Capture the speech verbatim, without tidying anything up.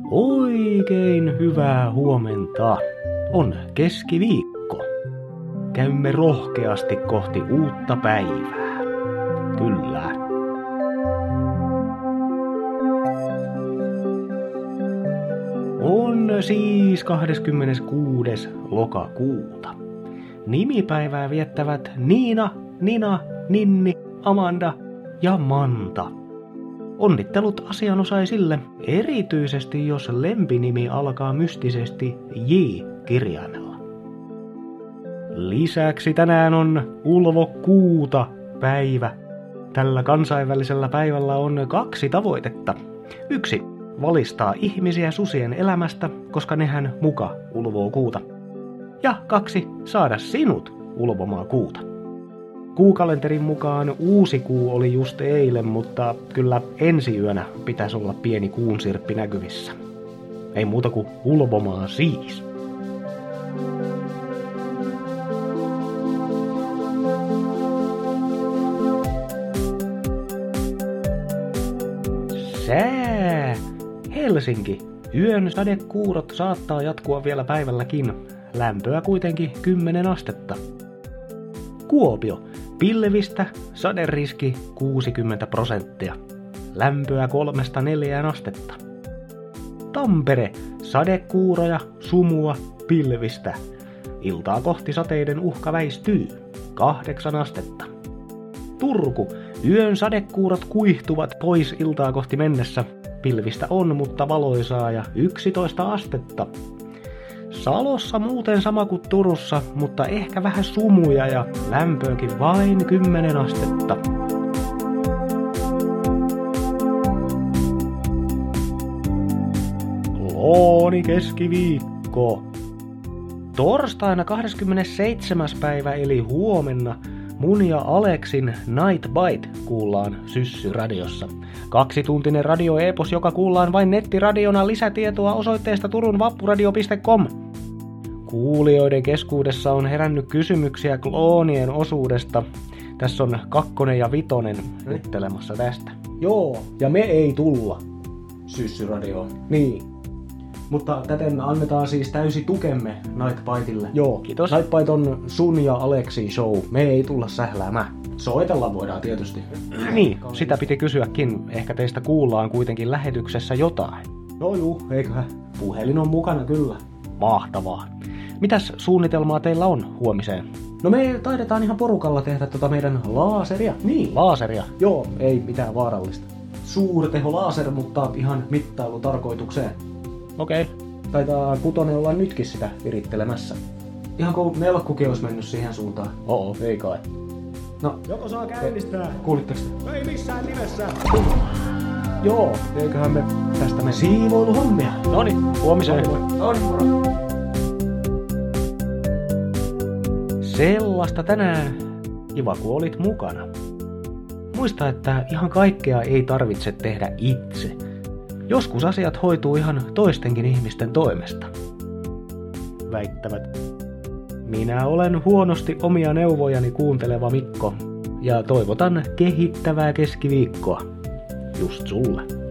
Oikein hyvää huomenta. On keskiviikko. Käymme rohkeasti kohti uutta päivää. Kyllä. On siis kahdeskymmeneskuudes lokakuuta. Nimipäivää viettävät Niina, Nina, Ninni, Amanda ja Manta. Onnittelut asianosaisille, erityisesti jos lempinimi alkaa mystisesti J-kirjaimella. Lisäksi tänään on Ulvo Kuuta päivä. Tällä kansainvälisellä päivällä on kaksi tavoitetta. Yksi, valistaa ihmisiä susien elämästä, koska nehän muka ulvoo kuuta. Ja kaksi, saada sinut ulvomaan kuuta. Kuukalenterin mukaan uusi kuu oli just eilen, mutta kyllä ensi yönä pitäisi olla pieni kuunsirppi näkyvissä. Ei muuta kuin ulvomaan siis. Sää! Helsinki. Yön sadekuurot saattaa jatkua vielä päivälläkin. Lämpöä kuitenkin kymmenen astetta. Kuopio. Pilvistä, saderiski kuusikymmentä prosenttia. Lämpöä kolmesta neljään astetta. Tampere. Sadekuuroja, sumua, pilvistä. Iltaa kohti sateiden uhka väistyy. Kahdeksan astetta. Turku. Yön sadekuurot kuihtuvat pois iltaa kohti mennessä. Pilvistä on, mutta valoisaa ja yksitoista astetta. Salossa muuten sama kuin Turussa, mutta ehkä vähän sumuja ja lämpöäkin vain kymmenen astetta. Klooni keskiviikko. Torstaina kahdeskymmenesseitsemäs päivä eli huomenna mun ja Aleksin Night Bite kuullaan Syssy-radiossa. Kaksituntinen radioepos, joka kuullaan vain nettiradiona. Lisätietoa osoitteesta turun vappuradio piste com. Kuulijoiden keskuudessa on herännyt kysymyksiä kloonien osuudesta. Tässä on kakkonen ja vitonen juttelemassa tästä. Joo, ja me ei tulla Syssy-radioon. Niin. Mutta täten annetaan siis täysi tukemme Night Biteille. Joo, kiitos. Night Bite on sun ja Aleksin show. Me ei tulla sähläämään. Soitella voidaan tietysti. Niin, sitä piti kysyäkin. Ehkä teistä kuullaan kuitenkin lähetyksessä jotain. No juu, eiköhän. Puhelin on mukana kyllä. Mahtavaa. Mitäs suunnitelmaa teillä on huomiseen? No me taidetaan ihan porukalla tehdä tota meidän laaseria. Niin, laaseria. Joo, ei mitään vaarallista. Suurteho laaser, mutta ihan mittailutarkoitukseen. Okei. Okay. Taitaa kutonen olla nytkin sitä virittelemässä. Ihan kuin nelkkukin olisi mennyt siihen suuntaan. Oo, ei kai. No, joko saa käynnistää? Kuulitteko sitä? Ei missään nimessä. Joo, eiköhän me tästä mennä siivoiluhommia. Noniin, huomiseen. Noniin, moro. Sellaista tänään. Kiva, kun olit mukana. Muista, että ihan kaikkea ei tarvitse tehdä itse. Joskus asiat hoituu ihan toistenkin ihmisten toimesta. Väittävät. Minä olen huonosti omia neuvojani kuunteleva Mikko ja toivotan kehittävää keskiviikkoa. Just sulle.